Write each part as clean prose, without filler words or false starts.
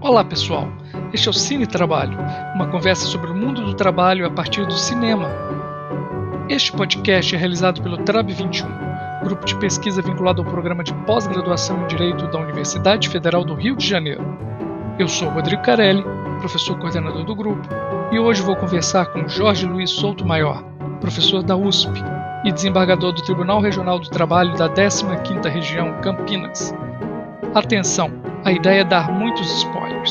Olá pessoal, este é o Cine Trabalho, uma conversa sobre o mundo do trabalho a partir do cinema. Este podcast é realizado pelo TRAB 21, grupo de pesquisa vinculado ao programa de pós-graduação em Direito da Universidade Federal do Rio de Janeiro. Eu sou Rodrigo Carelli, professor coordenador do grupo, e hoje vou conversar com Jorge Luiz Souto Maior, professor da USP e desembargador do Tribunal Regional do Trabalho da 15ª Região Campinas. Atenção, a ideia é dar muitos spoilers.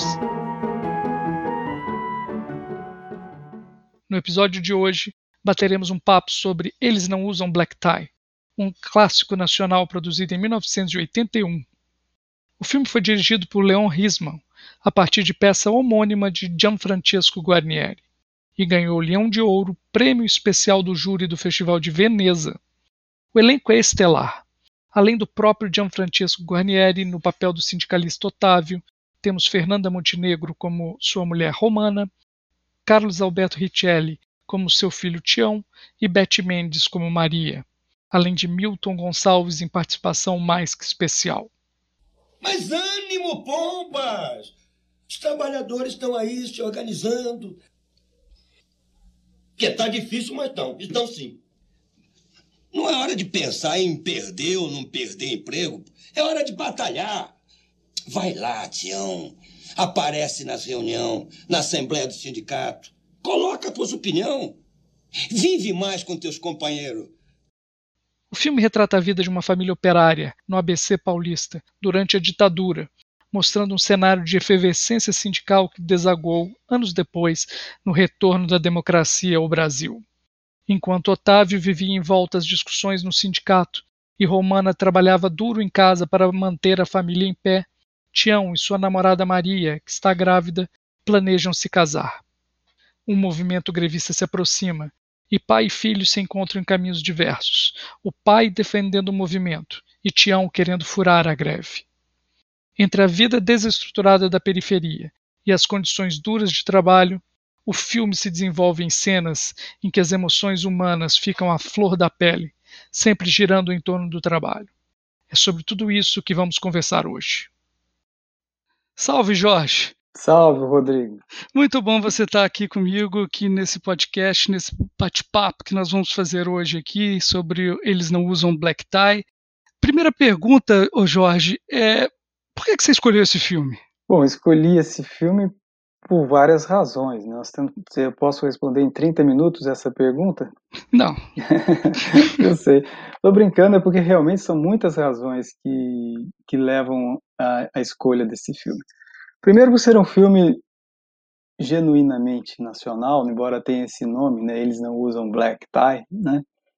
No episódio de hoje, bateremos um papo sobre Eles Não Usam Black Tie, um clássico nacional produzido em 1981. O filme foi dirigido por Leon Risman, a partir de peça homônima de Gianfrancesco Guarnieri, e ganhou o Leão de Ouro, prêmio especial do júri do Festival de Veneza. O elenco é estelar. Além do próprio Gianfrancesco Guarnieri no papel do sindicalista Otávio, temos Fernanda Montenegro como sua mulher Romana, Carlos Alberto Richelli como seu filho Tião e Beth Mendes como Maria, além de Milton Gonçalves em participação mais que especial. Mas ânimo, pombas! Os trabalhadores estão aí se organizando. Que tá difícil, mas estão sim. Não é hora de pensar em perder ou não perder emprego. É hora de batalhar. Vai lá, Tião. Aparece nas reuniões, na assembleia do sindicato. Coloca a tua opinião. Vive mais com teus companheiros. O filme retrata a vida de uma família operária no ABC paulista durante a ditadura, mostrando um cenário de efervescência sindical que desagou, anos depois, no retorno da democracia ao Brasil. Enquanto Otávio vivia envolto às discussões no sindicato e Romana trabalhava duro em casa para manter a família em pé, Tião e sua namorada Maria, que está grávida, planejam se casar. Um movimento grevista se aproxima e pai e filho se encontram em caminhos diversos, o pai defendendo o movimento e Tião querendo furar a greve. Entre a vida desestruturada da periferia e as condições duras de trabalho, o filme se desenvolve em cenas em que as emoções humanas ficam à flor da pele, sempre girando em torno do trabalho. É sobre tudo isso que vamos conversar hoje. Salve, Jorge! Salve, Rodrigo! Muito bom você estar aqui comigo, aqui nesse podcast, nesse bate-papo que nós vamos fazer hoje aqui sobre Eles Não Usam Black Tie. Primeira pergunta, Jorge, por que você escolheu esse filme? Bom, escolhi esse filme por várias razões, né? Eu posso responder em 30 minutos essa pergunta? Não. Eu sei. Estou brincando, é porque realmente são muitas razões que levam à escolha desse filme. Primeiro, por ser um filme genuinamente nacional, embora tenha esse nome, né? Eles não usam black tie, né?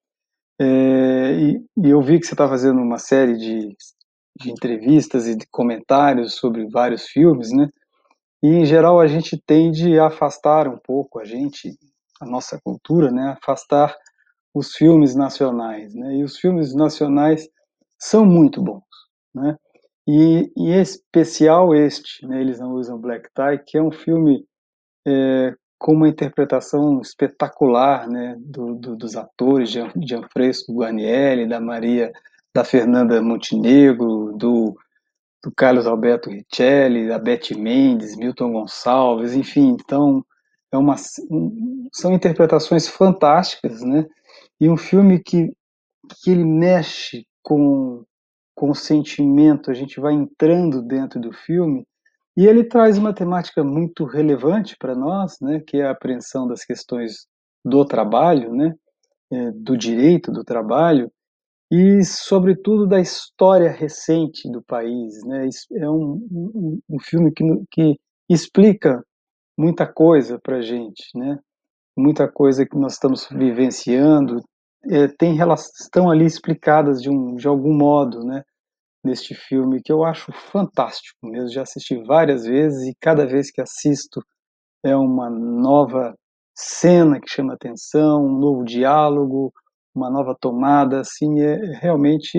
E eu vi que você está fazendo uma série de entrevistas e de comentários sobre vários filmes, né? E, em geral, a gente tende a afastar um pouco, a nossa cultura, né? Afastar os filmes nacionais, né? E os filmes nacionais são muito bons, né? E em especial este, né? Eles não usam black tie, que é um filme com uma interpretação espetacular, né? Dos atores, Gianfrancesco Guarnieri, da Maria, da Fernanda Montenegro, do Carlos Alberto Richelli, da Beth Mendes, Milton Gonçalves, enfim, então são interpretações fantásticas, né? E um filme que ele mexe com o sentimento, a gente vai entrando dentro do filme, e ele traz uma temática muito relevante para nós, né? Que é a apreensão das questões do trabalho, né? Do direito do trabalho, e, sobretudo, da história recente do país, né? É um filme que explica muita coisa para a gente, né? Muita coisa que nós estamos vivenciando estão ali explicadas de algum modo, né? Neste filme, que eu acho fantástico mesmo. Já assisti várias vezes e cada vez que assisto é uma nova cena que chama atenção, um novo diálogo, uma nova tomada, assim, é realmente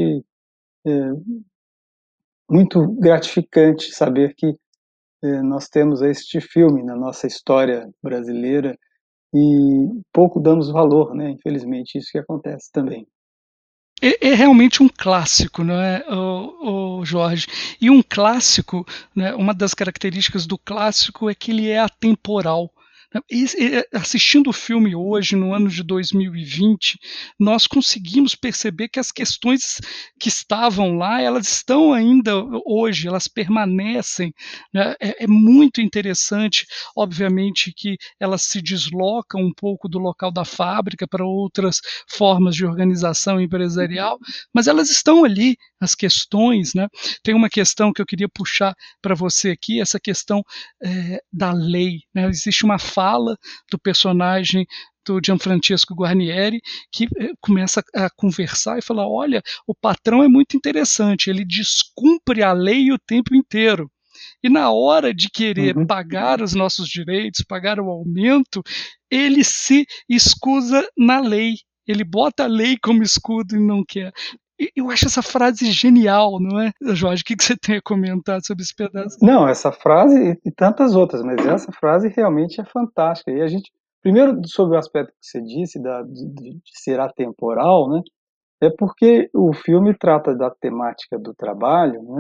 muito gratificante saber que nós temos este filme na nossa história brasileira e pouco damos valor, né? Infelizmente, isso que acontece também. É realmente um clássico, não é, o Jorge? E um clássico, né, uma das características do clássico é que ele é atemporal. Assistindo o filme hoje, no ano de 2020, nós conseguimos perceber que as questões que estavam lá, elas estão ainda hoje, elas permanecem, né? É muito interessante, obviamente que elas se deslocam um pouco do local da fábrica para outras formas de organização empresarial, mas elas estão ali, as questões, né? Tem uma questão que eu queria puxar para você aqui, essa questão da lei, né? Existe uma fala do personagem do Gianfrancesco Guarnieri, que começa a conversar e falar: olha, o patrão é muito interessante, ele descumpre a lei o tempo inteiro. E na hora de querer Uhum. pagar os nossos direitos, pagar o aumento, ele se escusa na lei. Ele bota a lei como escudo e não quer. Eu acho essa frase genial, não é, Jorge? O que você tem a comentar sobre esse pedaço? Não, essa frase e tantas outras, mas essa frase realmente é fantástica. E a gente, primeiro, sobre o aspecto que você disse de ser atemporal, né? É porque o filme trata da temática do trabalho, né?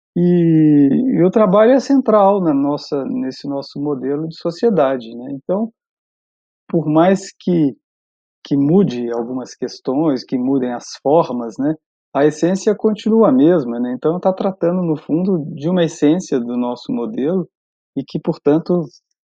E o trabalho é central nesse nosso modelo de sociedade, né? Então, por mais que mude algumas questões, que mudem as formas, né? A essência continua a mesma, né? Então está tratando no fundo de uma essência do nosso modelo e que, portanto,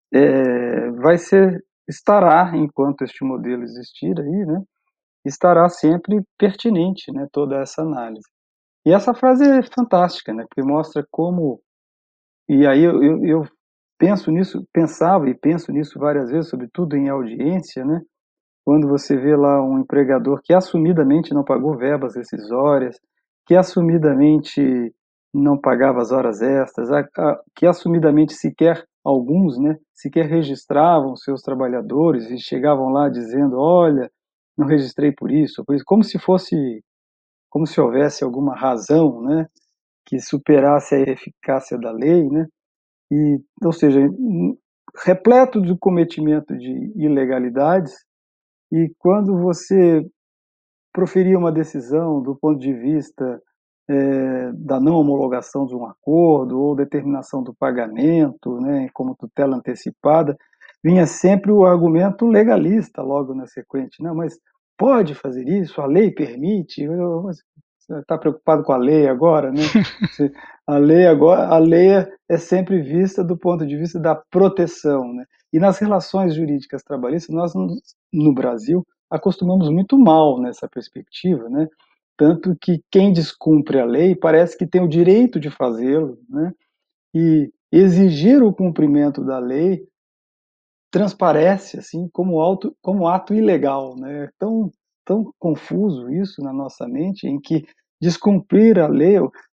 vai ser estará enquanto este modelo existir aí, né? Estará sempre pertinente, né? Toda essa análise. E essa frase é fantástica, né? Porque mostra como e aí eu penso nisso, pensava e penso nisso várias vezes, sobretudo em audiência, né? Quando você vê lá um empregador que assumidamente não pagou verbas rescisórias, que assumidamente não pagava as horas extras, que assumidamente sequer alguns, né, sequer registravam seus trabalhadores e chegavam lá dizendo, olha, não registrei por isso, como se houvesse alguma razão, né, que superasse a eficácia da lei, né, e, ou seja, repleto de cometimento de ilegalidades, e quando você proferia uma decisão do ponto de vista da não homologação de um acordo ou determinação do pagamento, né, como tutela antecipada, vinha sempre o argumento legalista logo na sequente. Não, mas pode fazer isso? A lei permite? Você está preocupado com a lei agora, né? A lei é sempre vista do ponto de vista da proteção, né? E nas relações jurídicas trabalhistas, nós no Brasil acostumamos muito mal nessa perspectiva, né? Tanto que quem descumpre a lei parece que tem o direito de fazê-lo, né? E exigir o cumprimento da lei transparece assim como ato ilegal, né? É tão confuso isso na nossa mente, em que descumprir a lei,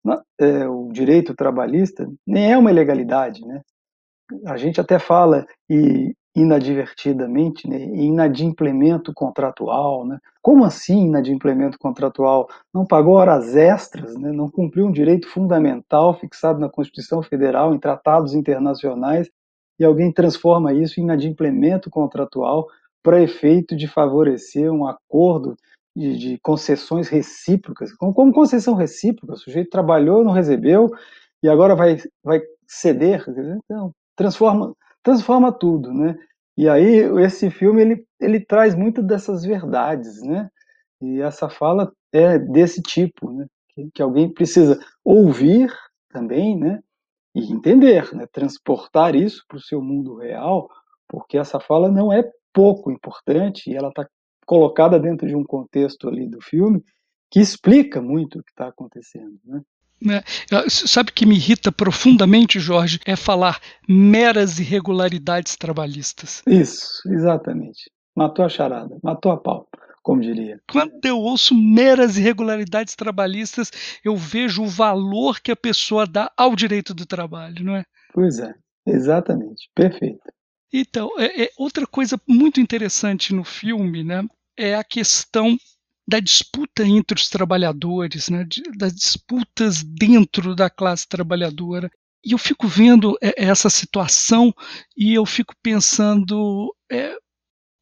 o direito trabalhista, nem é uma ilegalidade, né? A gente até fala inadvertidamente, né, em inadimplemento contratual, né? Como assim inadimplemento contratual? Não pagou horas extras, né? Não cumpriu um direito fundamental fixado na Constituição Federal, em tratados internacionais, e alguém transforma isso em inadimplemento contratual para efeito de favorecer um acordo de concessões recíprocas. Como concessão recíproca, o sujeito trabalhou, não recebeu, e agora vai ceder? Então, transforma tudo, né? E aí esse filme ele traz muito dessas verdades, né? E essa fala é desse tipo, né? Que alguém precisa ouvir também, né? E entender, né? Transportar isso para o seu mundo real, porque essa fala não é pouco importante e ela está colocada dentro de um contexto ali do filme que explica muito o que está acontecendo, né? Né? Sabe o que me irrita profundamente, Jorge? É falar meras irregularidades trabalhistas. Isso, exatamente. Matou a charada, matou a pau, como diria. Quando eu ouço meras irregularidades trabalhistas, eu vejo o valor que a pessoa dá ao direito do trabalho, não é? Pois é, exatamente, perfeito. Então, outra coisa muito interessante no filme, né, é a questão da disputa entre os trabalhadores, né, das disputas dentro da classe trabalhadora. E eu fico vendo essa situação e eu fico pensando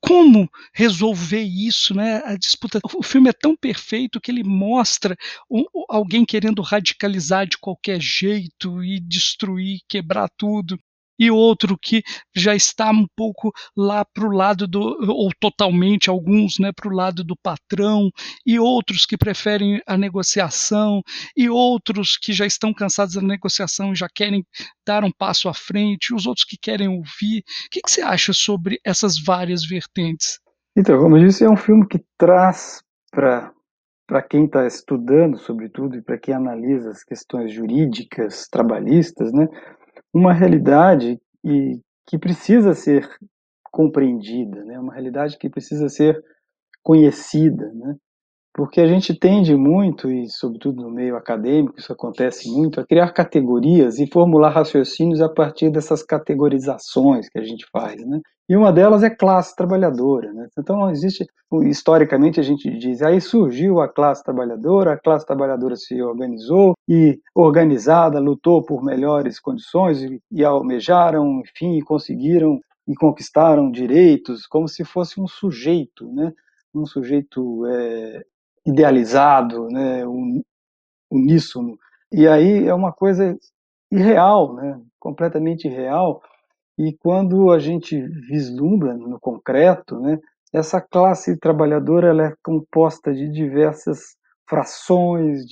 como resolver isso, né? A disputa. O filme é tão perfeito que ele mostra alguém querendo radicalizar de qualquer jeito e destruir, quebrar tudo. E outro que já está um pouco lá para o lado do, ou totalmente, alguns, né, para o lado do patrão, e outros que preferem a negociação, e outros que já estão cansados da negociação e já querem dar um passo à frente, os outros que querem ouvir. O que você acha sobre essas várias vertentes? Então, como eu disse, é um filme que traz para quem está estudando, sobretudo, e para quem analisa as questões jurídicas, trabalhistas, né, uma realidade que precisa ser compreendida, né, uma realidade que precisa ser conhecida, né, porque a gente tende muito, e sobretudo no meio acadêmico, isso acontece muito, a criar categorias e formular raciocínios a partir dessas categorizações que a gente faz, né? E uma delas é classe trabalhadora, né? Então existe, historicamente a gente diz, aí surgiu a classe trabalhadora se organizou e organizada lutou por melhores condições e almejaram, enfim, e conseguiram e conquistaram direitos como se fosse um sujeito, né? Um sujeito idealizado, né, uníssono. E aí é uma coisa irreal, né, completamente irreal. E quando a gente vislumbra no concreto, né, essa classe trabalhadora ela é composta de diversas frações,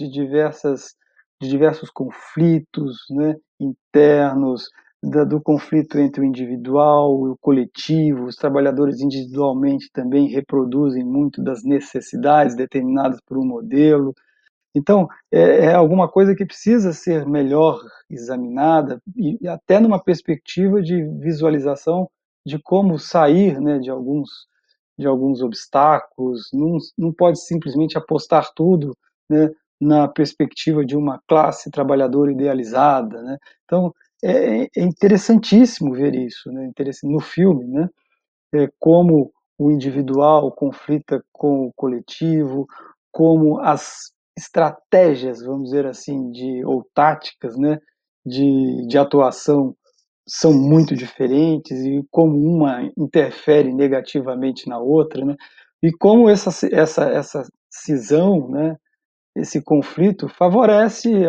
de diversos conflitos, né, internos, do conflito entre o individual e o coletivo. Os trabalhadores individualmente também reproduzem muito das necessidades determinadas por um modelo. Então, é alguma coisa que precisa ser melhor examinada e até numa perspectiva de visualização de como sair, né, de alguns obstáculos. Não pode simplesmente apostar tudo, né, na perspectiva de uma classe trabalhadora idealizada, né. Então, é interessantíssimo ver isso, né, no filme, né, como o individual conflita com o coletivo, como as estratégias, vamos dizer assim, ou táticas, né, de atuação são muito diferentes e como uma interfere negativamente na outra, né, e como essa cisão, né, esse conflito favorece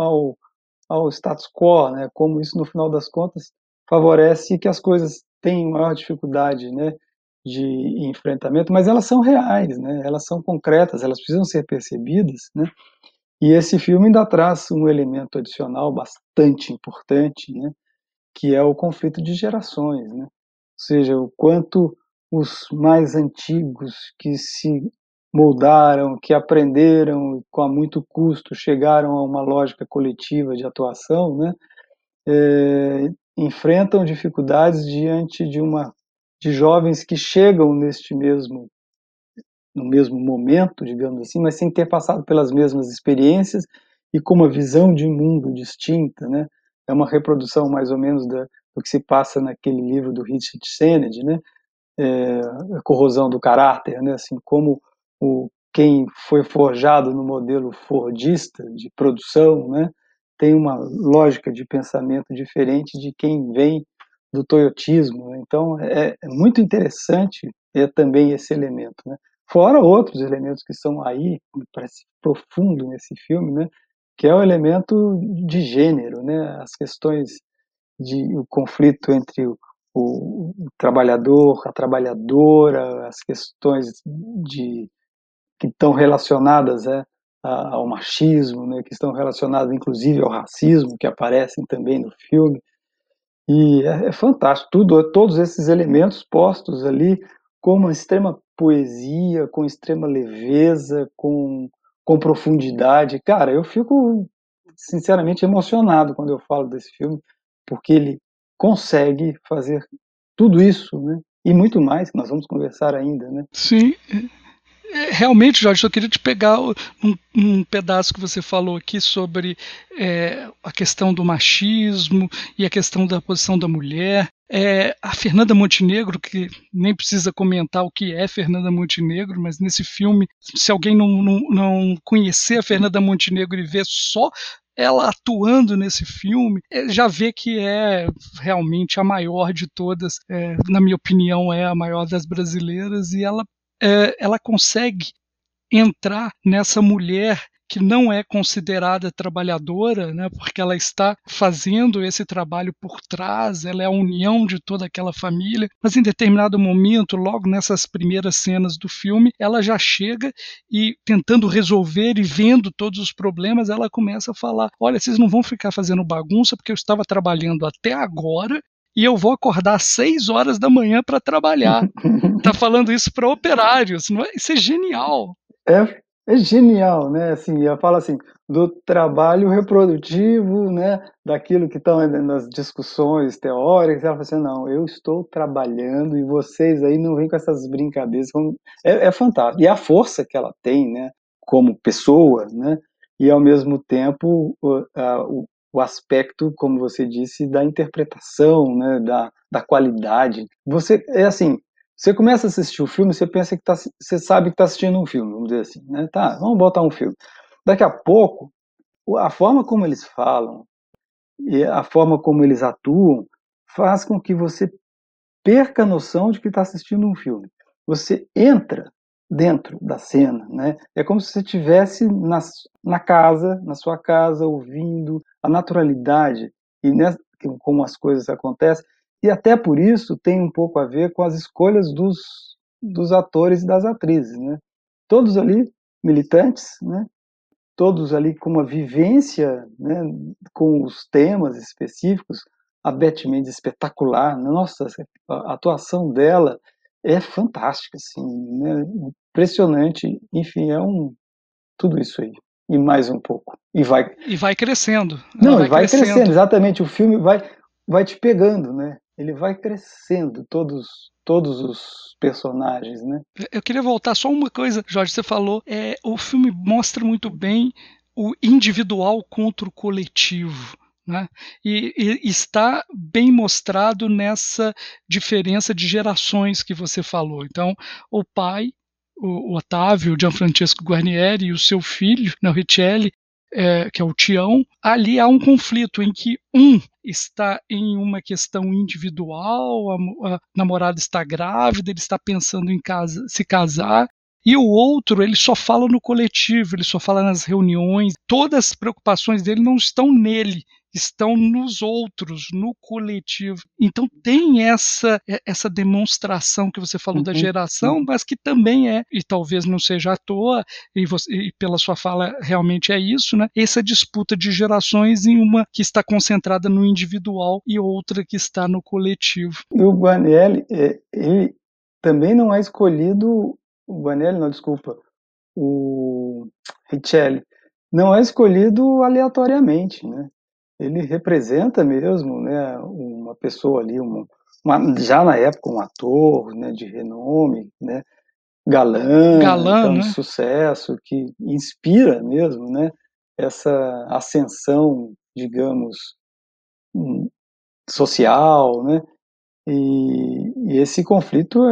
ao status quo, né, como isso no final das contas favorece que as coisas tenham maior dificuldade, né, de enfrentamento, mas elas são reais, né, elas são concretas, elas precisam ser percebidas, né, e esse filme ainda traz um elemento adicional bastante importante, né, que é o conflito de gerações, né, ou seja, o quanto os mais antigos que se moldaram, que aprenderam e com muito custo chegaram a uma lógica coletiva de atuação, né, enfrentam dificuldades diante de jovens que chegam no mesmo momento, digamos assim, mas sem ter passado pelas mesmas experiências e com uma visão de mundo distinta, né? É uma reprodução mais ou menos do que se passa naquele livro do Richard Sennett, né? A corrosão do caráter, né? Assim como quem foi forjado no modelo fordista de produção, né? Tem uma lógica de pensamento diferente de quem vem do toyotismo, né? Então é muito interessante também esse elemento, né? Fora outros elementos que são aí, me parece profundo nesse filme, né? Que é o elemento de gênero, né? As questões o conflito entre o trabalhador, a trabalhadora, as questões que estão relacionadas ao machismo, né, que estão relacionadas inclusive ao racismo, que aparecem também no filme. E é fantástico, todos esses elementos postos ali com uma extrema poesia, com extrema leveza, com profundidade. Cara, eu fico sinceramente emocionado quando eu falo desse filme, porque ele consegue fazer tudo isso, né? E muito mais que nós vamos conversar ainda, né? Sim, realmente, Jorge, só queria te pegar um pedaço que você falou aqui sobre a questão do machismo e a questão da posição da mulher. A Fernanda Montenegro, que nem precisa comentar o que é Fernanda Montenegro, mas nesse filme, se alguém não conhecer a Fernanda Montenegro e ver só ela atuando nesse filme, já vê que é realmente a maior de todas, na minha opinião, é a maior das brasileiras, e ela consegue entrar nessa mulher que não é considerada trabalhadora, né, porque ela está fazendo esse trabalho por trás, ela é a união de toda aquela família, mas em determinado momento, logo nessas primeiras cenas do filme, ela já chega e tentando resolver e vendo todos os problemas, ela começa a falar: olha, vocês não vão ficar fazendo bagunça porque eu estava trabalhando até agora e eu vou acordar às 6 horas da manhã para trabalhar. Tá falando isso para operários, não é? Isso é genial. É genial, né, assim, ela fala assim, do trabalho reprodutivo, né, daquilo que estão nas discussões teóricas, ela fala assim: "Não, eu estou trabalhando e vocês aí não vêm com essas brincadeiras", é fantástico. E a força que ela tem, né, como pessoa, né, e ao mesmo tempo o aspecto, como você disse, da interpretação, né, da qualidade. É assim, você começa a assistir o filme, você pensa que você sabe que está assistindo um filme, vamos dizer assim, né? Tá, vamos botar um filme. Daqui a pouco, a forma como eles falam e a forma como eles atuam faz com que você perca a noção de que está assistindo um filme. Você entra dentro da cena, né? É como se você estivesse na casa, na sua casa, ouvindo a naturalidade e como as coisas acontecem. E até por isso tem um pouco a ver com as escolhas dos atores e das atrizes, né? Todos ali militantes, né? Todos ali com uma vivência, né, com os temas específicos. A Beth Mendes espetacular, nossa, a atuação dela é fantástica, assim, né, impressionante, enfim, tudo isso aí, e mais um pouco, E vai crescendo, ela não, e vai vai crescendo, crescendo. exatamente, o filme vai te pegando, né, ele vai crescendo, todos os personagens, né. Eu queria voltar só uma coisa, Jorge, você falou, o filme mostra muito bem o individual contra o coletivo, né? E está bem mostrado nessa diferença de gerações que você falou. Então, o pai, o Otávio, o Gianfrancesco Guarnieri, e o seu filho, né, o Richelli, que é o Tião, ali há um conflito em que um está em uma questão individual, a namorada está grávida, ele está pensando em se casar, e o outro, ele só fala no coletivo, ele só fala nas reuniões, todas as preocupações dele não estão nele, estão nos outros, no coletivo. Então tem essa demonstração que você falou da Uhum, geração, uhum. mas que também e talvez não seja à toa, e pela sua fala realmente é isso, né? Essa disputa de gerações em uma que está concentrada no individual e outra que está no coletivo. E o Guarnieri, ele também não é escolhido, o Guarnieri não, desculpa, o Richelli, não é escolhido aleatoriamente, né? Ele representa mesmo, né, uma pessoa ali, já na época um ator, né, de renome, né, galã, Galã, então de né? sucesso, que inspira mesmo, né, essa ascensão, digamos, hum, social, né, e esse conflito,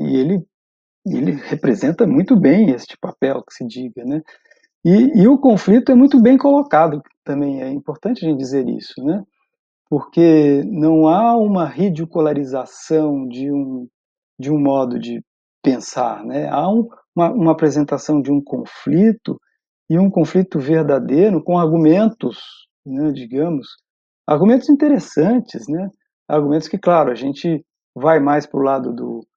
ele representa muito bem este papel, que se diga, né. E o conflito é muito bem colocado também, é importante a gente dizer isso, né, porque não há uma ridicularização de um modo de pensar, né, há uma apresentação de um conflito, e um conflito verdadeiro com argumentos, né, digamos, argumentos interessantes, né, argumentos que, claro, a gente vai mais para o lado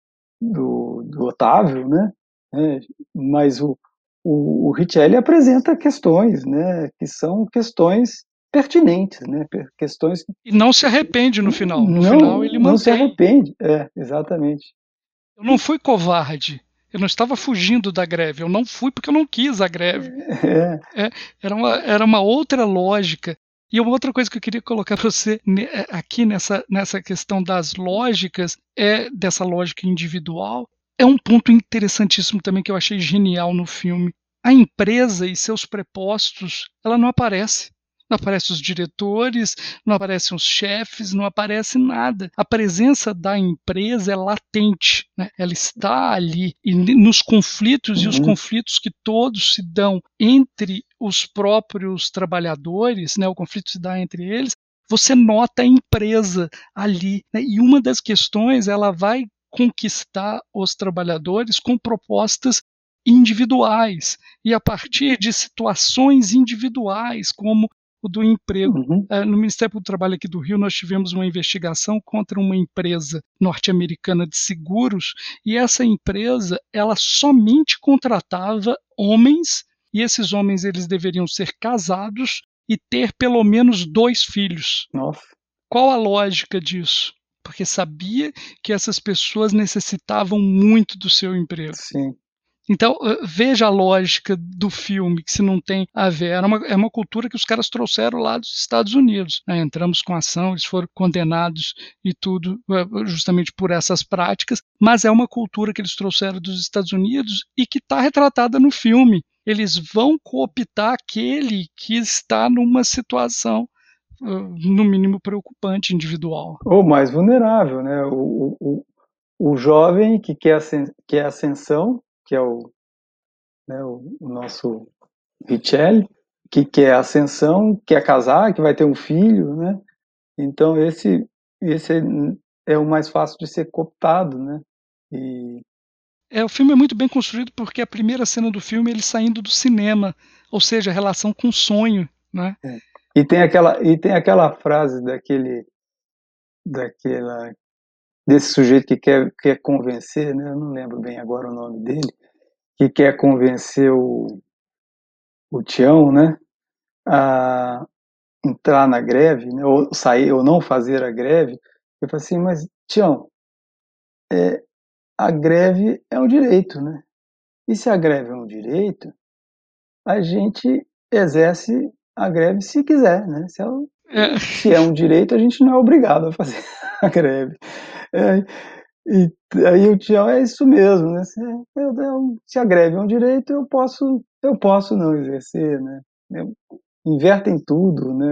do Otávio, né, mas o Richelli apresenta questões, né, que são questões pertinentes, né, questões que E não se arrepende no final. No final ele não se mantém. arrepende. Exatamente. Eu não fui covarde. Eu não estava fugindo da greve. Eu não fui porque eu não quis a greve. É, É, era uma outra lógica. E uma outra coisa que eu queria colocar para você aqui nessa questão das lógicas, dessa lógica individual, é um ponto interessantíssimo também que eu achei genial no filme. A empresa e seus prepostos, ela não aparece. Não aparecem os diretores, não aparecem os chefes, não aparece nada. A presença da empresa é latente, né? Ela está ali. E nos conflitos, e os uhum, conflitos que todos se dão entre os próprios trabalhadores, né, o conflito se dá entre eles, você nota a empresa ali, né, e uma das questões, ela vai conquistar os trabalhadores com propostas individuais, e a partir de situações individuais, como o do emprego. Uhum. No Ministério do Trabalho aqui do Rio, nós tivemos uma investigação contra uma empresa norte-americana de seguros, e essa empresa, ela somente contratava homens, e esses homens eles deveriam ser casados e ter pelo menos 2 filhos. Nossa. Qual a lógica disso? Porque sabia que essas pessoas necessitavam muito do seu emprego. Sim. Então, veja a lógica do filme, que se não tem a ver. É uma cultura que os caras trouxeram lá dos Estados Unidos, né? Entramos com ação, eles foram condenados e tudo, justamente por essas práticas, mas é uma cultura que eles trouxeram dos Estados Unidos e que está retratada no filme. Eles vão cooptar aquele que está numa situação, no mínimo preocupante, individual. Ou mais vulnerável, né? O jovem que quer ascensão, que é né, o nosso Richelli, que quer ascensão, quer casar, que vai ter um filho, né? Então esse é o mais fácil de ser cooptado, né? E O filme é muito bem construído porque a primeira cena do filme é ele saindo do cinema, ou seja, a relação com o sonho, né? e tem aquela frase daquela desse sujeito que quer convencer, né? Eu não lembro bem agora o nome dele, que quer convencer o Tião, né? A entrar na greve, né? Ou sair ou não fazer a greve. Eu falei assim, mas Tião, a greve é um direito, né? E se a greve é um direito, a gente exerce a greve se quiser, né? É, Se é um direito, a gente não é obrigado a fazer a greve. É, e aí o Tião é isso mesmo, né? Se a greve é um direito, eu posso não exercer, né? Invertem tudo, né?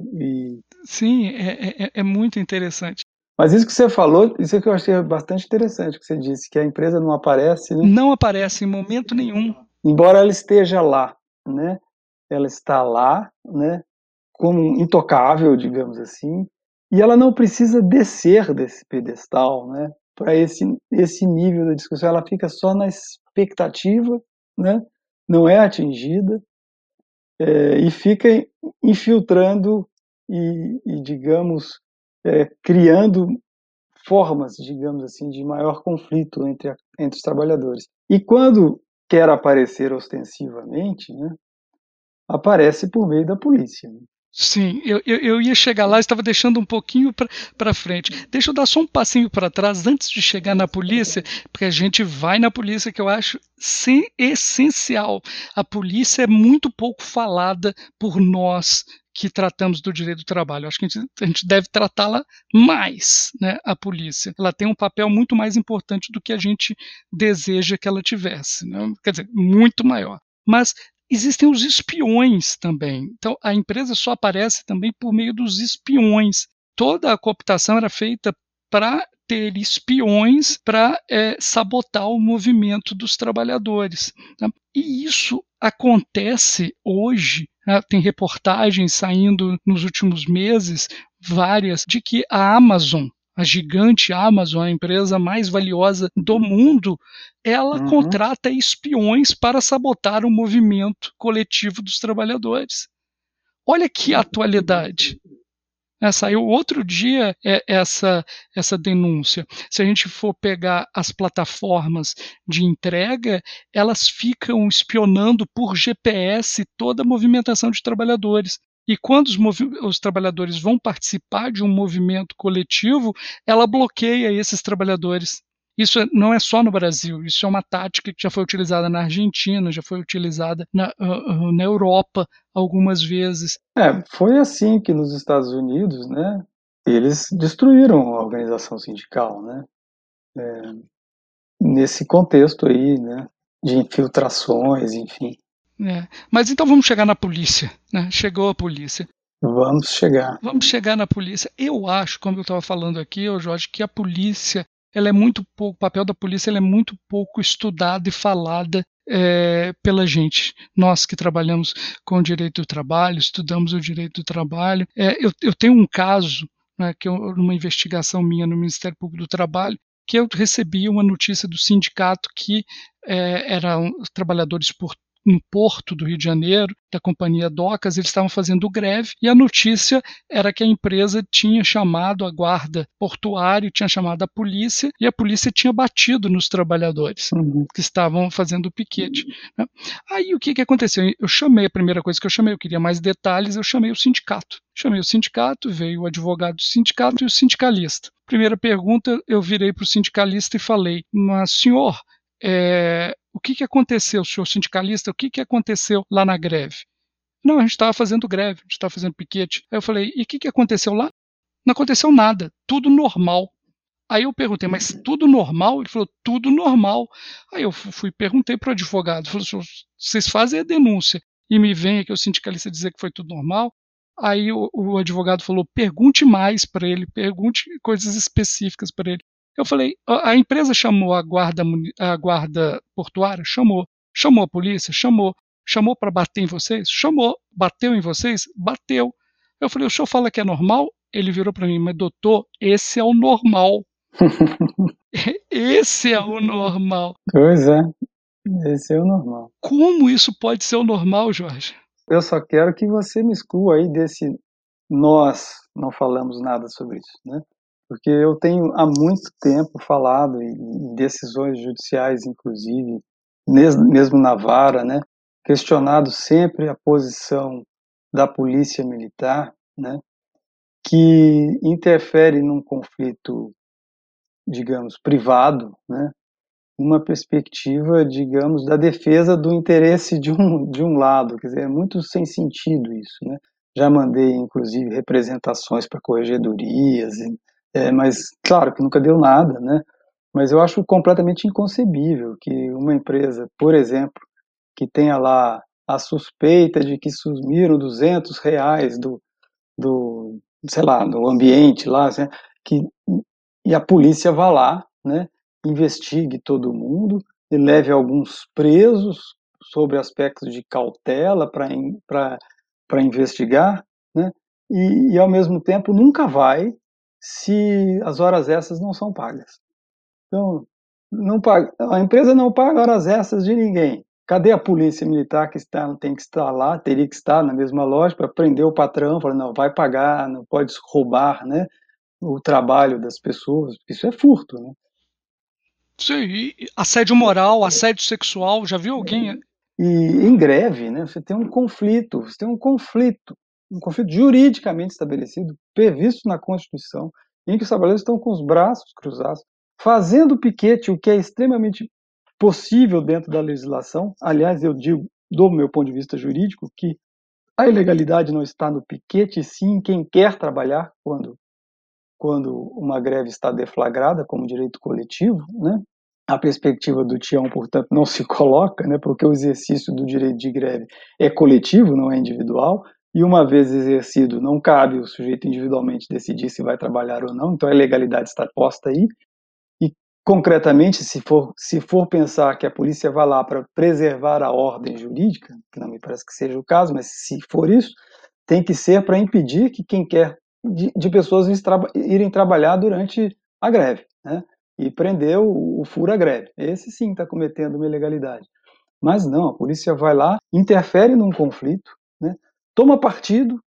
sim, é muito interessante. Mas isso que você falou, isso que eu achei bastante interessante, que você disse, que a empresa não aparece, né? Não aparece em momento nenhum. Embora ela esteja lá, né? Ela está lá, né? Como intocável, digamos assim, e ela não precisa descer desse pedestal, né? Para esse nível da discussão, ela fica só na expectativa, né? Não é atingida, e fica infiltrando e digamos, criando formas, digamos assim, de maior conflito entre os trabalhadores. E quando quer aparecer ostensivamente, né, aparece por meio da polícia. Né? Sim, eu ia chegar lá, estava deixando um pouquinho para frente. Deixa eu dar só um passinho para trás antes de chegar na polícia, porque a gente vai na polícia, que eu acho essencial. A polícia é muito pouco falada por nós que tratamos do direito do trabalho. Acho que a gente deve tratá-la mais, né, a polícia. Ela tem um papel muito mais importante do que a gente deseja que ela tivesse, né? Quer dizer, muito maior. Mas existem os espiões também. Então, a empresa só aparece também por meio dos espiões. Toda a cooptação era feita para ter espiões para sabotar o movimento dos trabalhadores. Tá? E isso acontece hoje. Né? Tem reportagens saindo nos últimos meses, várias, de que a Amazon, a gigante Amazon, a empresa mais valiosa do mundo, ela contrata espiões para sabotar o movimento coletivo dos trabalhadores. Olha que atualidade. Saiu outro dia essa denúncia. Se a gente for pegar as plataformas de entrega, elas ficam espionando por GPS toda a movimentação de trabalhadores. E quando os trabalhadores vão participar de um movimento coletivo, ela bloqueia esses trabalhadores. Isso não é só no Brasil, isso é uma tática que já foi utilizada na Argentina, já foi utilizada na Europa algumas vezes. Foi assim que nos Estados Unidos, né, eles destruíram a organização sindical, né, nesse contexto aí, né, de infiltrações, enfim. Mas então vamos chegar na polícia. Né? Chegou a polícia. Vamos chegar. Vamos chegar na polícia. Eu acho, como eu estava falando aqui, Jorge, que a polícia, ela é muito pouco, o papel da polícia ela é muito pouco estudada e falada pela gente, nós que trabalhamos com o direito do trabalho, estudamos o direito do trabalho. Eu tenho um caso, né, numa investigação minha no Ministério Público do Trabalho, que eu recebi uma notícia do sindicato que eram trabalhadores no Porto do Rio de Janeiro, da companhia Docas, eles estavam fazendo greve, e a notícia era que a empresa tinha chamado a guarda portuária, tinha chamado a polícia, e a polícia tinha batido nos trabalhadores que estavam fazendo o piquete. Né? Aí o que aconteceu? A primeira coisa que eu queria mais detalhes, eu chamei o sindicato. Chamei o sindicato, veio o advogado do sindicato e o sindicalista. Primeira pergunta, eu virei para o sindicalista e falei, mas senhor, o que aconteceu, senhor sindicalista, o que aconteceu lá na greve? Não, a gente estava fazendo greve, a gente estava fazendo piquete. Aí eu falei, e o que aconteceu lá? Não aconteceu nada, tudo normal. Aí eu perguntei, mas tudo normal? Ele falou, tudo normal. Aí eu perguntei para o advogado, falei, vocês fazem a denúncia e me vem aqui o sindicalista dizer que foi tudo normal? Aí o advogado falou, pergunte mais para ele, pergunte coisas específicas para ele. Eu falei, a empresa chamou a guarda portuária? Chamou. Chamou a polícia? Chamou. Chamou para bater em vocês? Chamou. Bateu em vocês? Bateu. Eu falei, o senhor fala que é normal? Ele virou para mim, mas doutor, esse é o normal. Esse é o normal. Pois é, esse é o normal. Como isso pode ser o normal, Jorge? Eu só quero que você me exclua aí desse nós não falamos nada sobre isso, né? Porque eu tenho há muito tempo falado em decisões judiciais, inclusive, mesmo na vara, né? Questionado sempre a posição da polícia militar, né? Que interfere num conflito, digamos, privado, né? Uma perspectiva, digamos, da defesa do interesse de um lado, quer dizer, é muito sem sentido isso, né? Já mandei, inclusive, representações para corregedorias, mas, claro, que nunca deu nada, né? Mas eu acho completamente inconcebível que uma empresa, por exemplo, que tenha lá a suspeita de que sumiram R$ 200 do, sei lá, do ambiente lá, assim, que, e a polícia vá lá, né, investigue todo mundo e leve alguns presos sobre aspectos de cautela para investigar, né, e ao mesmo tempo nunca vai se as horas extras não são pagas. Então, não paga, a empresa não paga horas extras de ninguém. Cadê a polícia militar que tem que estar lá, teria que estar na mesma loja para prender o patrão, falar, não, vai pagar, não pode roubar, né, o trabalho das pessoas, isso é furto, né? Sim, assédio moral, assédio sexual, já viu alguém? E em greve, né, você tem um conflito juridicamente estabelecido, previsto na Constituição, em que os trabalhadores estão com os braços cruzados, fazendo piquete, o que é extremamente possível dentro da legislação. Aliás, eu digo, do meu ponto de vista jurídico, que a ilegalidade não está no piquete, sim em quem quer trabalhar quando uma greve está deflagrada como direito coletivo, né? A perspectiva do Tião, portanto, não se coloca, né? Porque o exercício do direito de greve é coletivo, não é individual, e uma vez exercido, não cabe o sujeito individualmente decidir se vai trabalhar ou não, então a ilegalidade está posta aí. E, concretamente, se for pensar que a polícia vai lá para preservar a ordem jurídica, que não me parece que seja o caso, mas se for isso, tem que ser para impedir que quem quer de pessoas irem trabalhar durante a greve, né? E prender o fura-greve. Esse sim está cometendo uma ilegalidade. Mas não, a polícia vai lá, interfere num conflito, né? Toma partido,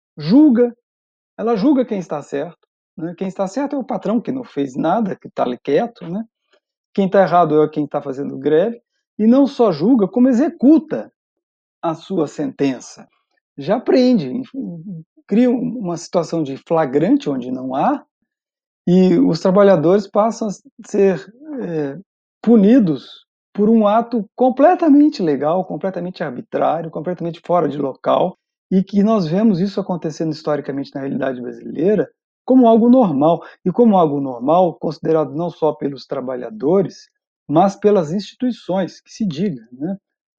ela julga quem está certo, né? Quem está certo é o patrão, que não fez nada, que está ali quieto, né? Quem está errado é quem está fazendo greve, e não só julga, como executa a sua sentença. Já prende, cria uma situação de flagrante onde não há, e os trabalhadores passam a ser punidos por um ato completamente legal, completamente arbitrário, completamente fora de local, e que nós vemos isso acontecendo historicamente na realidade brasileira como algo normal, e como algo normal considerado não só pelos trabalhadores, mas pelas instituições, que se diga, né?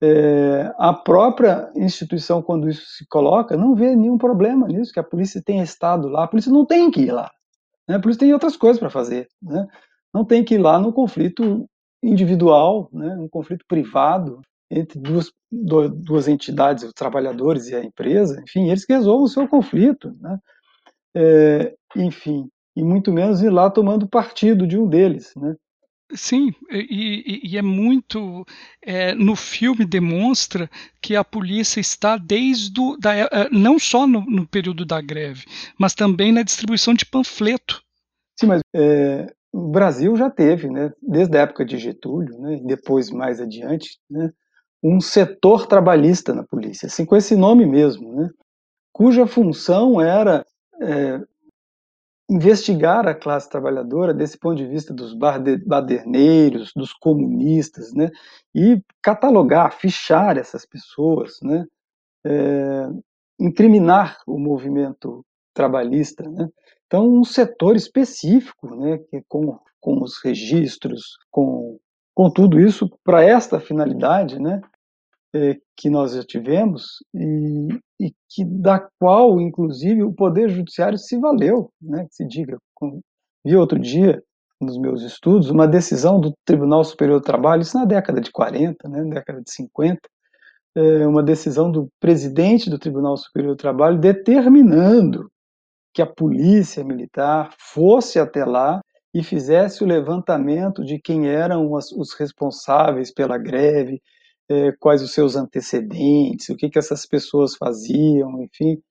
A própria instituição, quando isso se coloca, não vê nenhum problema nisso, que a polícia tenha estado lá, a polícia não tem que ir lá, né? A polícia tem outras coisas para fazer, né? Não tem que ir lá no conflito individual, né? Um conflito privado. entre duas entidades, os trabalhadores e a empresa, enfim, eles que resolvam o seu conflito, né? Enfim, e muito menos ir lá tomando partido de um deles, né? Sim, e é muito. No filme demonstra que a polícia está desde não só no período da greve, mas também na distribuição de panfleto. Sim, mas o Brasil já teve, né, desde a época de Getúlio, né, e depois mais adiante, né, um setor trabalhista na polícia, assim, com esse nome mesmo, né, cuja função era investigar a classe trabalhadora desse ponto de vista dos baderneiros, dos comunistas, né, e catalogar, fichar essas pessoas, né, incriminar o movimento trabalhista, né. Então, um setor específico, né, que com os registros, com tudo isso, para esta finalidade, né, que nós já tivemos e que da qual, inclusive, o Poder Judiciário se valeu, né, que se diga. Vi outro dia, nos meus estudos, uma decisão do Tribunal Superior do Trabalho, isso na década de 40, né, na década de 50, uma decisão do presidente do Tribunal Superior do Trabalho determinando que a polícia militar fosse até lá e fizesse o levantamento de quem eram os responsáveis pela greve, quais os seus antecedentes, o que essas pessoas faziam, enfim,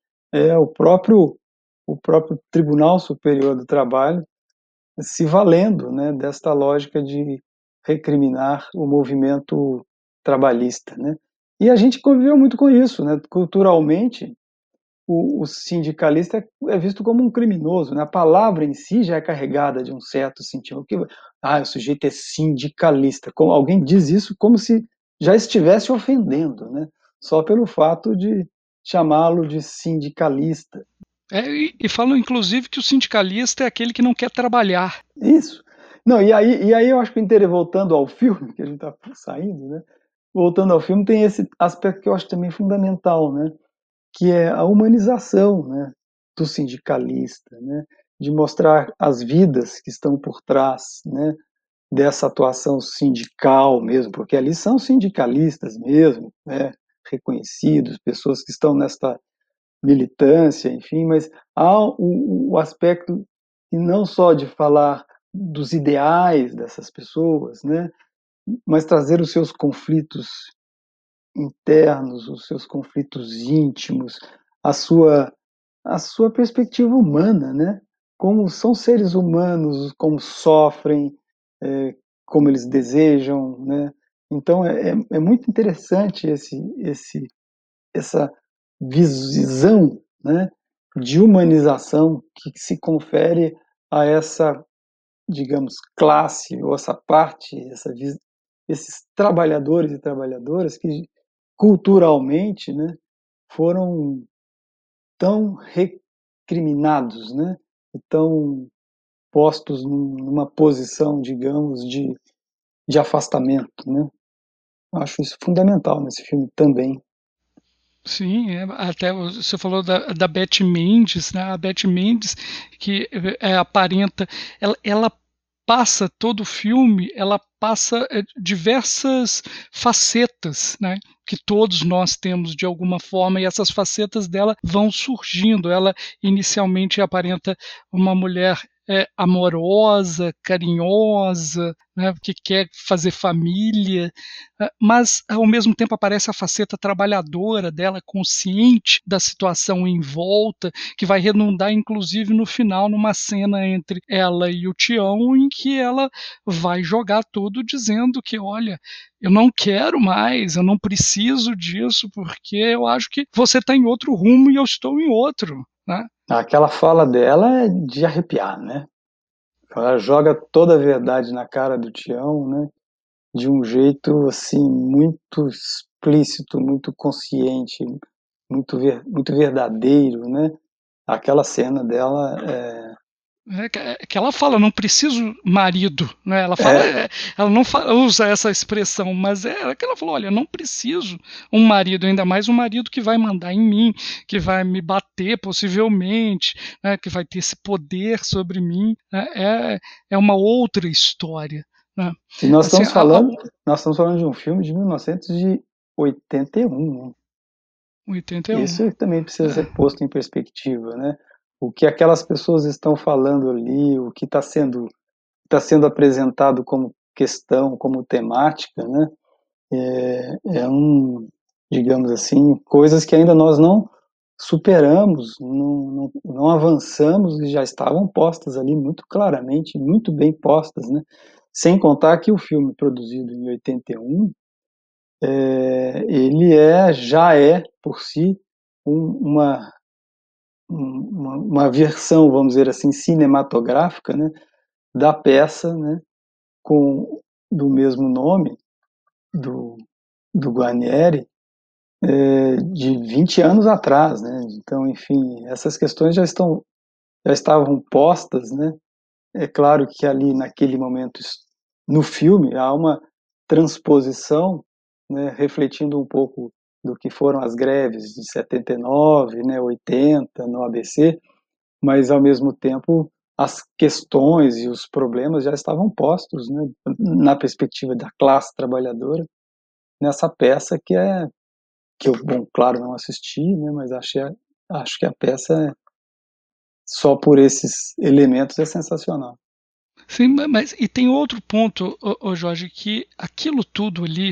o próprio Tribunal Superior do Trabalho se valendo, né, desta lógica de recriminar o movimento trabalhista, né? E a gente conviveu muito com isso, né? Culturalmente, o sindicalista é visto como um criminoso, né? A palavra em si já é carregada de um certo sentido. O sujeito é sindicalista. Como alguém diz isso como se já estivesse ofendendo, né? Só pelo fato de chamá-lo de sindicalista. E falam, inclusive, que o sindicalista é aquele que não quer trabalhar. Isso. Não, e aí eu acho que voltando ao filme, que a gente está saindo, né? Voltando ao filme, tem esse aspecto que eu acho também fundamental, né? Que é a humanização, né, do sindicalista, né, de mostrar as vidas que estão por trás, né, dessa atuação sindical mesmo, porque ali são sindicalistas mesmo, né, reconhecidos, pessoas que estão nesta militância, enfim, mas há o aspecto e não só de falar dos ideais dessas pessoas, né, mas trazer os seus conflitos internos, os seus conflitos íntimos, a sua a sua perspectiva humana, né? Como são seres humanos, como sofrem, é, como eles desejam, né? Então é muito interessante essa visão, né, de humanização que se confere a essa, digamos, classe ou essa parte, esses trabalhadores e trabalhadoras que culturalmente, né, foram tão recriminados, né, e tão postos numa posição, digamos, de afastamento, né. Eu acho isso fundamental nesse filme também. Sim, até você falou da Beth Mendes, né? A Beth Mendes que aparenta, ela passa todo o filme, ela passa diversas facetas, né? Que todos nós temos de alguma forma, e essas facetas dela vão surgindo. Ela inicialmente aparenta uma mulher amorosa, carinhosa, né, que quer fazer família, mas ao mesmo tempo aparece a faceta trabalhadora dela, consciente da situação em volta, que vai redundar inclusive no final numa cena entre ela e o Tião, em que ela vai jogar tudo dizendo que, olha, eu não quero mais, eu não preciso disso, porque eu acho que você está em outro rumo e eu estou em outro, né? Aquela fala dela é de arrepiar, né. Ela joga toda a verdade na cara do Tião, né, de um jeito, assim, muito explícito, muito consciente, muito verdadeiro, né. Aquela cena dela Que ela fala, não preciso marido, né? Ela fala, é ela não usa essa expressão, mas é que ela falou, olha, não preciso um marido, ainda mais um marido que vai mandar em mim, que vai me bater possivelmente, né? Que vai ter esse poder sobre mim, né? É uma outra história, né? e nós Assim, estamos falando nós estamos falando de um filme de 81, né? 81. Isso também precisa ser posto em perspectiva, né? O que aquelas pessoas estão falando ali, o que está sendo apresentado como questão, como temática, né? Digamos assim, coisas que ainda nós não superamos, não avançamos e já estavam postas ali muito claramente, muito bem postas, né? Sem contar que o filme produzido em 81, ele já é por si uma uma versão, vamos dizer assim, cinematográfica, né, da peça, né, com do mesmo nome do Guarnieri, de 20 anos atrás, né? Então, enfim, essas questões já estavam postas, né? É claro que ali naquele momento no filme há uma transposição, né, refletindo um pouco do que foram as greves de 79, né, 80 no ABC, mas ao mesmo tempo as questões e os problemas já estavam postos, né, na perspectiva da classe trabalhadora nessa peça que eu, bom, claro, não assisti, né, mas acho que a peça só por esses elementos é sensacional. Sim, mas e tem outro ponto, Jorge, que aquilo tudo ali,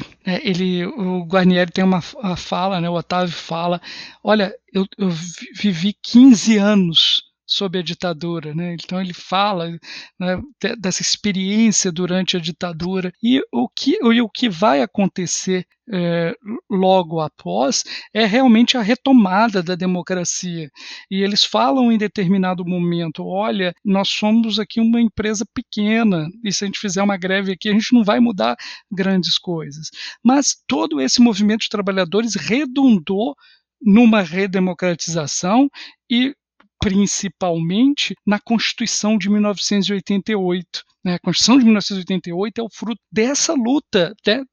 o Guarnieri tem a fala, né, o Otávio fala, olha, eu vivi 15 anos sob a ditadura, né? Então ele fala, né, dessa experiência durante a ditadura e o que vai acontecer logo após é realmente a retomada da democracia. E eles falam em determinado momento: olha, nós somos aqui uma empresa pequena, e se a gente fizer uma greve aqui, a gente não vai mudar grandes coisas. Mas todo esse movimento de trabalhadores redundou numa redemocratização e principalmente na Constituição de 1988. A Constituição de 1988 é o fruto dessa luta,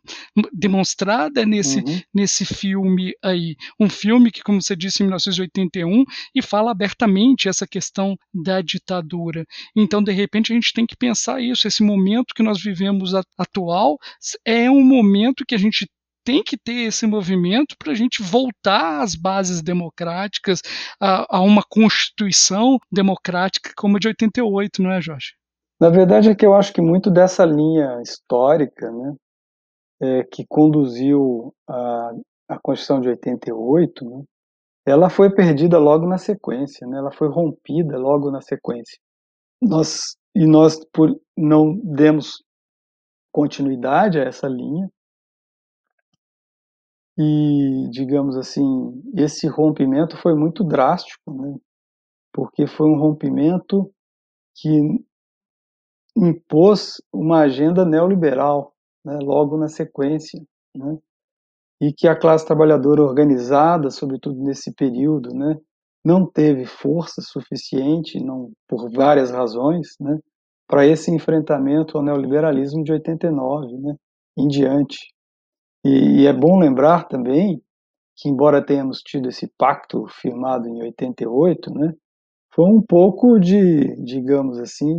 demonstrada Uhum. nesse filme aí. Um filme que, como você disse, em 1981, e fala abertamente essa questão da ditadura. Então, de repente, a gente tem que pensar isso. Esse momento que nós vivemos atual é um momento que a gente tem que ter esse movimento para a gente voltar às bases democráticas, a uma constituição democrática como a de 88, não é, Jorge? Na verdade é que eu acho que muito dessa linha histórica, né, que conduziu a Constituição de 88, né, ela foi perdida logo na sequência, né, ela foi rompida logo na sequência. Nós por não demos continuidade a essa linha e, digamos assim, esse rompimento foi muito drástico, né, porque foi um rompimento que impôs uma agenda neoliberal, né, logo na sequência, né, e que a classe trabalhadora organizada, sobretudo nesse período, né, não teve força suficiente, não, por várias razões, né, para esse enfrentamento ao neoliberalismo de 89, né, em diante. E é bom lembrar também que, embora tenhamos tido esse pacto firmado em 88, né, foi um pouco de, digamos assim,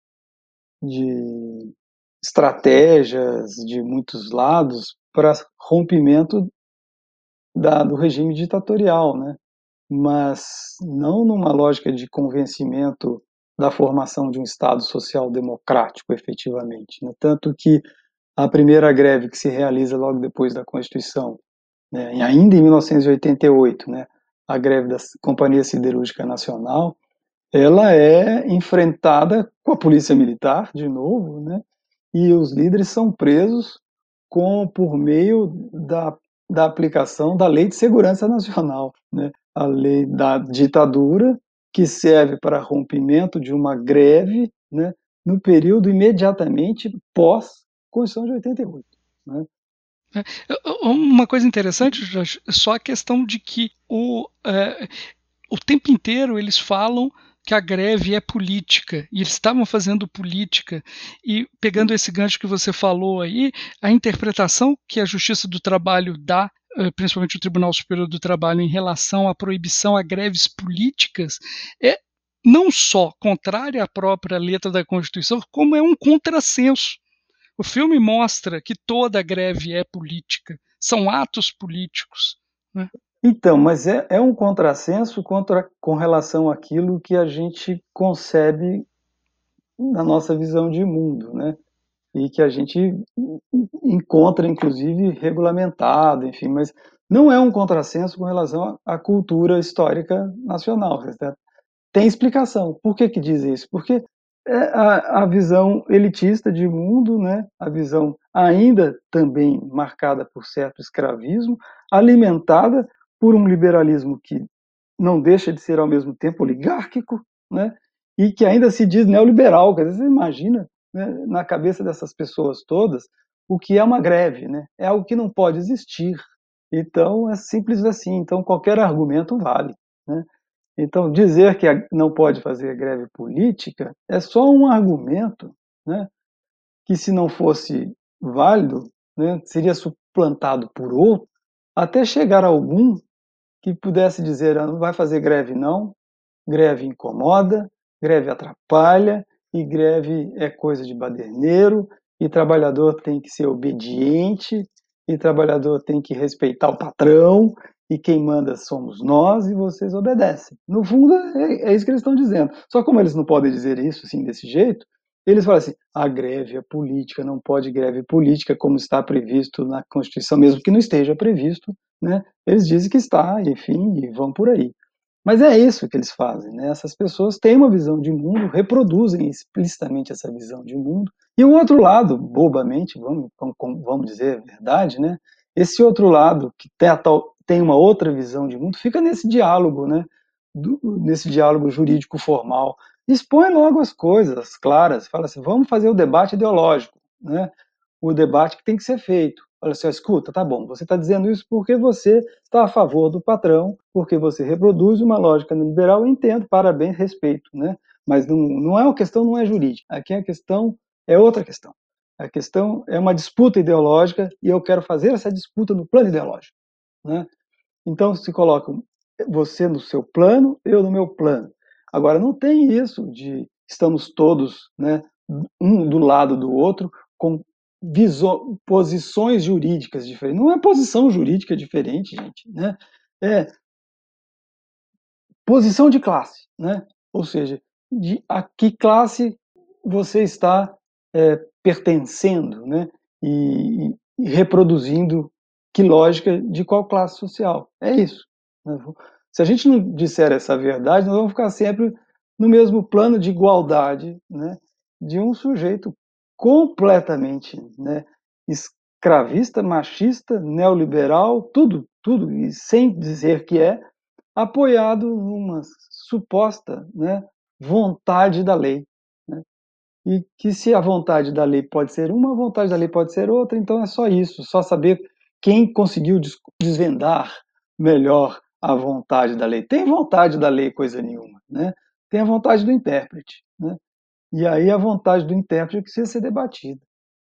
de estratégias de muitos lados para rompimento do regime ditatorial, né? Mas não numa lógica de convencimento da formação de um Estado social democrático, efetivamente. Né? Tanto que a primeira greve que se realiza logo depois da Constituição, né, ainda em 1988, né, a greve da Companhia Siderúrgica Nacional, ela é enfrentada com a polícia militar, de novo, né, e os líderes são presos por meio da aplicação da Lei de Segurança Nacional, né, a lei da ditadura, que serve para rompimento de uma greve, né, no período imediatamente pós-Constituição de 88. Né. Uma coisa interessante, Jorge, é só a questão de que o tempo inteiro eles falam que a greve é política, e eles estavam fazendo política, e pegando esse gancho que você falou aí, a interpretação que a Justiça do Trabalho dá, principalmente o Tribunal Superior do Trabalho, em relação à proibição a greves políticas, é não só contrária à própria letra da Constituição, como é um contrassenso. O filme mostra que toda greve é política, são atos políticos, né? Então, mas é um contrassenso com relação àquilo que a gente concebe na nossa visão de mundo, né? E que a gente encontra, inclusive, regulamentado, enfim, mas não é um contrassenso com relação à cultura histórica nacional. Né? Tem explicação. Por que diz isso? Porque é a visão elitista de mundo, né? A visão ainda também marcada por certo escravismo, alimentada por um liberalismo que não deixa de ser ao mesmo tempo oligárquico, né? E que ainda se diz neoliberal. Quer dizer, você imagina, né, na cabeça dessas pessoas todas o que é uma greve, né? É algo que não pode existir. Então é simples assim. Então qualquer argumento vale, né? Então dizer que não pode fazer greve política é só um argumento, né? Que se não fosse válido, né, seria suplantado por outro, até chegar a algum que pudesse dizer: ah, não vai fazer greve não, greve incomoda, greve atrapalha, e greve é coisa de baderneiro, e trabalhador tem que ser obediente, e trabalhador tem que respeitar o patrão, e quem manda somos nós e vocês obedecem. No fundo, é isso que eles estão dizendo. Só como eles não podem dizer isso assim, desse jeito, eles falam assim: a greve é política, não pode greve política, como está previsto na Constituição, mesmo que não esteja previsto, né? Eles dizem que está, enfim, e vão por aí. Mas é isso que eles fazem, né? Essas pessoas têm uma visão de mundo, reproduzem explicitamente essa visão de mundo. E o outro lado, bobamente, vamos dizer a verdade, né? Esse outro lado, que tem uma outra visão de mundo, fica nesse diálogo, né? Nesse diálogo jurídico formal. Expõe logo as coisas claras, fala assim: vamos fazer o debate ideológico, né? O debate que tem que ser feito. Olha assim: escuta, tá bom, você está dizendo isso porque você está a favor do patrão, porque você reproduz uma lógica liberal, eu entendo, parabéns, respeito, né? Mas não é uma questão, não é jurídica. Aqui a questão é outra questão. A questão é uma disputa ideológica e eu quero fazer essa disputa no plano ideológico, né? Então se coloca você no seu plano, eu no meu plano. Agora não tem isso de estamos todos, né, um do lado do outro com posições jurídicas diferentes. Não é posição jurídica diferente, gente, né? É posição de classe, né? Ou seja, de a que classe você está pertencendo, né? E reproduzindo que lógica de qual classe social. É isso, né? Se a gente não disser essa verdade, nós vamos ficar sempre no mesmo plano de igualdade, né? De um sujeito completamente, né, escravista, machista, neoliberal, tudo, e sem dizer que apoiado numa suposta, né, vontade da lei, né? E que se a vontade da lei pode ser uma, a vontade da lei pode ser outra, então é só isso, só saber quem conseguiu desvendar melhor a vontade da lei. Tem vontade da lei coisa nenhuma, né? Tem a vontade do intérprete, né? E aí a vontade do intérprete precisa ser debatida.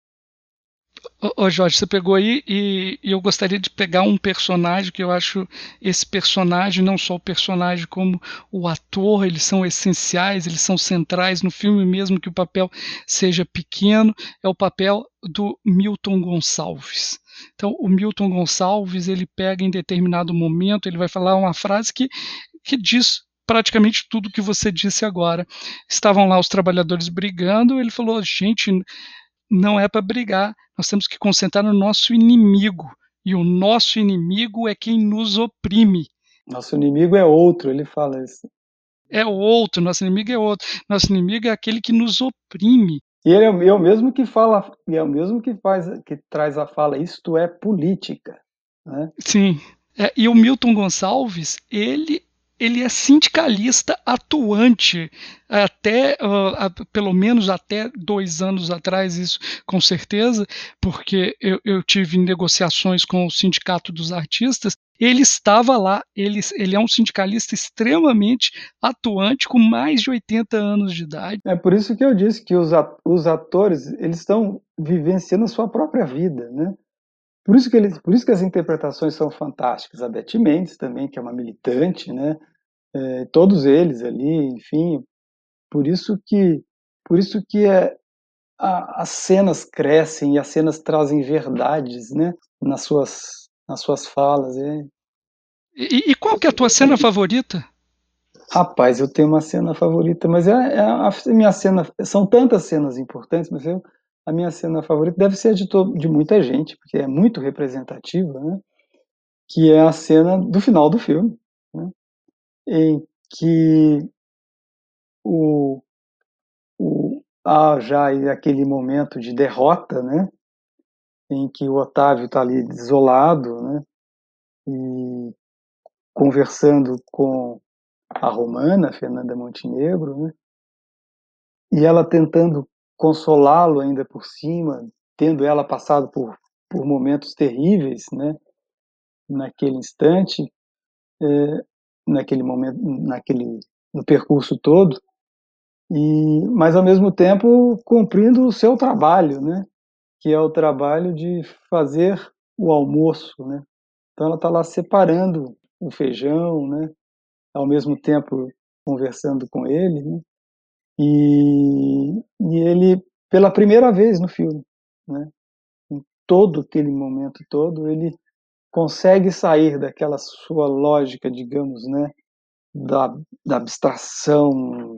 Ô Jorge, você pegou aí e eu gostaria de pegar um personagem que eu acho esse personagem, não só o personagem como o ator, eles são essenciais, eles são centrais no filme, mesmo que o papel seja pequeno, é o papel do Milton Gonçalves. Então, o Milton Gonçalves, ele pega em determinado momento, ele vai falar uma frase que diz praticamente tudo que você disse agora. Estavam lá os trabalhadores brigando, ele falou: gente, não é para brigar, nós temos que concentrar no nosso inimigo, e o nosso inimigo é quem nos oprime. Nosso inimigo é outro, ele fala isso. É o outro, nosso inimigo é outro. Nosso inimigo é aquele que nos oprime. E ele é o mesmo que fala, e é o mesmo que que traz a fala, isto é política, né? Sim. E o Milton Gonçalves, ele é sindicalista atuante, até pelo menos até 2 anos atrás, isso com certeza, porque eu tive negociações com o Sindicato dos Artistas, ele estava lá, ele é um sindicalista extremamente atuante, com mais de 80 anos de idade. É por isso que eu disse que os atores, eles estão vivenciando a sua própria vida, né? Por isso que as interpretações são fantásticas. A Beth Mendes também, que é uma militante, né? Todos eles ali, enfim, por isso que por isso que as cenas crescem e as cenas trazem verdades, né? Nas suas nas suas falas. E qual que é a tua cena favorita? Rapaz, eu tenho uma cena favorita, mas a minha cena. São tantas cenas importantes, mas a minha cena favorita deve ser a de muita gente, porque é muito representativa, né? Que é a cena do final do filme, né? Em que o, há já aquele momento de derrota, né? Em que o Otávio está ali isolado, né? E conversando com a Romana, Fernanda Montenegro, né? E ela tentando consolá-lo ainda por cima, tendo ela passado por momentos terríveis, né? Naquele instante, naquele momento, no percurso todo, mas ao mesmo tempo cumprindo o seu trabalho, né? Que é o trabalho de fazer o almoço, né? Então ela está lá separando o feijão, né? Ao mesmo tempo conversando com ele, né? E ele, pela primeira vez no filme, né? Em todo aquele momento todo, ele consegue sair daquela sua lógica, digamos, né? Da, da abstração,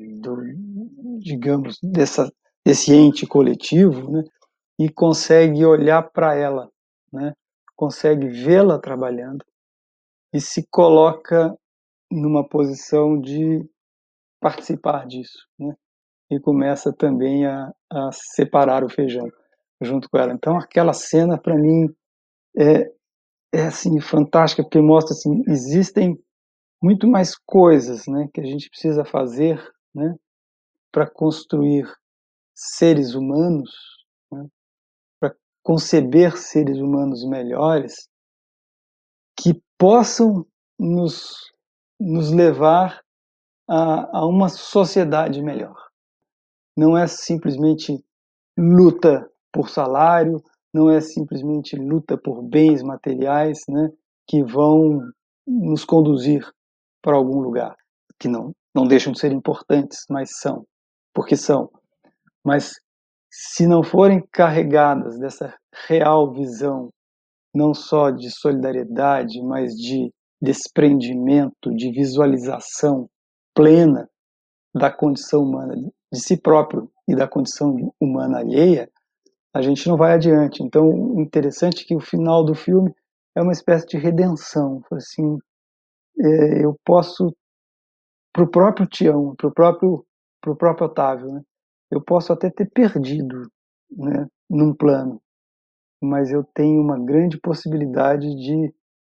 digamos, desse ente coletivo, né? E consegue olhar para ela, né? Consegue vê-la trabalhando e se coloca numa posição de participar disso, né? E começa também a separar o feijão junto com ela. Então aquela cena para mim é assim fantástica porque mostra assim existem muito mais coisas, né, que a gente precisa fazer, né, para construir seres humanos, né, para conceber seres humanos melhores que possam nos levar a uma sociedade melhor. Não é simplesmente luta por salário, não é simplesmente luta por bens materiais, né, que vão nos conduzir para algum lugar, que não deixam de ser importantes, mas são, porque são. Mas se não forem carregadas dessa real visão, não só de solidariedade, mas de desprendimento, de visualização plena da condição humana de si próprio e da condição humana alheia, a gente não vai adiante. Então, o interessante é que o final do filme é uma espécie de redenção. Assim, eu posso, para o próprio Tião, pro próprio Otávio, né? Eu posso até ter perdido, né, num plano, mas eu tenho uma grande possibilidade de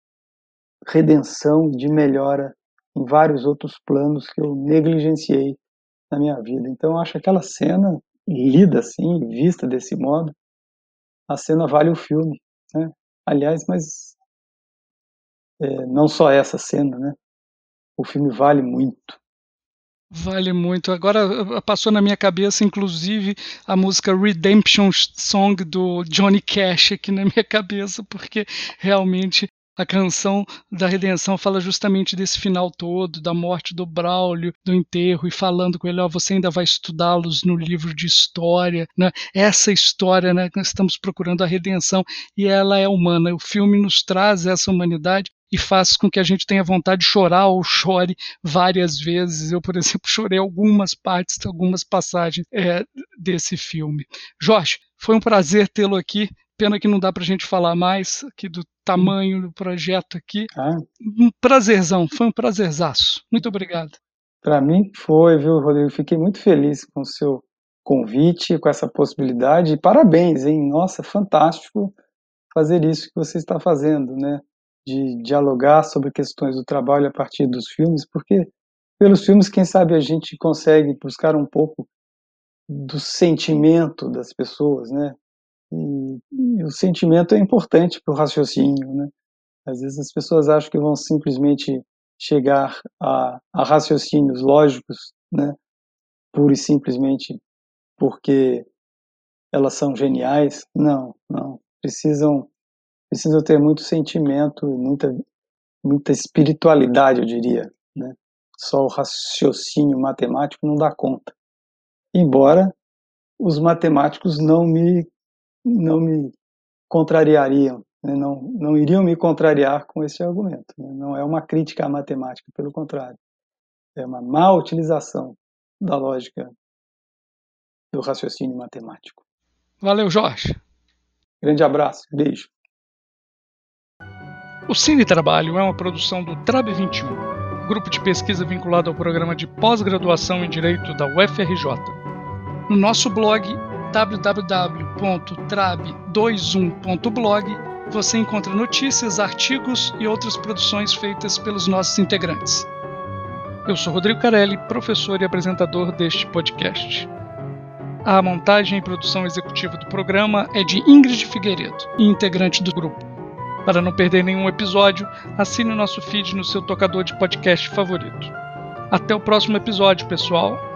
redenção, de melhora em vários outros planos que eu negligenciei na minha vida. Então, eu acho aquela cena, lida assim, vista desse modo, a cena vale o filme, né? Aliás, mas não só essa cena, né? O filme vale muito. Vale muito. Agora passou na minha cabeça, inclusive, a música Redemption Song do Johnny Cash aqui na minha cabeça, porque realmente a canção da redenção fala justamente desse final todo, da morte do Braulio, do enterro, e falando com ele, ó, você ainda vai estudá-los no livro de história, né? Essa história, né? Nós estamos procurando a redenção e ela é humana. O filme nos traz essa humanidade e faz com que a gente tenha vontade de chorar ou chore várias vezes. Eu, por exemplo, chorei algumas partes, algumas passagens desse filme. Jorge, foi um prazer tê-lo aqui. Pena que não dá para a gente falar mais aqui do tamanho do projeto aqui. Ah, Um prazerzão, foi um prazerzaço. Muito obrigado. para mim foi, viu, Rodrigo? Fiquei muito feliz com o seu convite, com essa possibilidade. E parabéns, hein? Nossa, fantástico fazer isso que você está fazendo, né? De dialogar sobre questões do trabalho a partir dos filmes, porque pelos filmes, quem sabe a gente consegue buscar um pouco do sentimento das pessoas, né? E o sentimento é importante para o raciocínio, né? Às vezes as pessoas acham que vão simplesmente chegar a raciocínios lógicos, né? Pura e simplesmente porque elas são geniais. Não, não. Precisam ter muito sentimento, muita espiritualidade, eu diria, né? Só o raciocínio matemático não dá conta. Embora os matemáticos não me contrariariam né, não iriam me contrariar com esse argumento. Né? Não é uma crítica à matemática, pelo contrário. É uma má utilização da lógica do raciocínio matemático. Valeu, Jorge. Grande abraço, beijo. O Cine Trabalho é uma produção do TRAB 21, grupo de pesquisa vinculado ao programa de pós-graduação em Direito da UFRJ. No nosso blog www.trab21.blog você encontra notícias, artigos e outras produções feitas pelos nossos integrantes. Eu sou Rodrigo Carelli, professor e apresentador deste podcast. A montagem e produção executiva do programa é de Ingrid Figueiredo, integrante do grupo. Para não perder nenhum episódio, assine o nosso feed no seu tocador de podcast favorito. Até o próximo episódio, pessoal!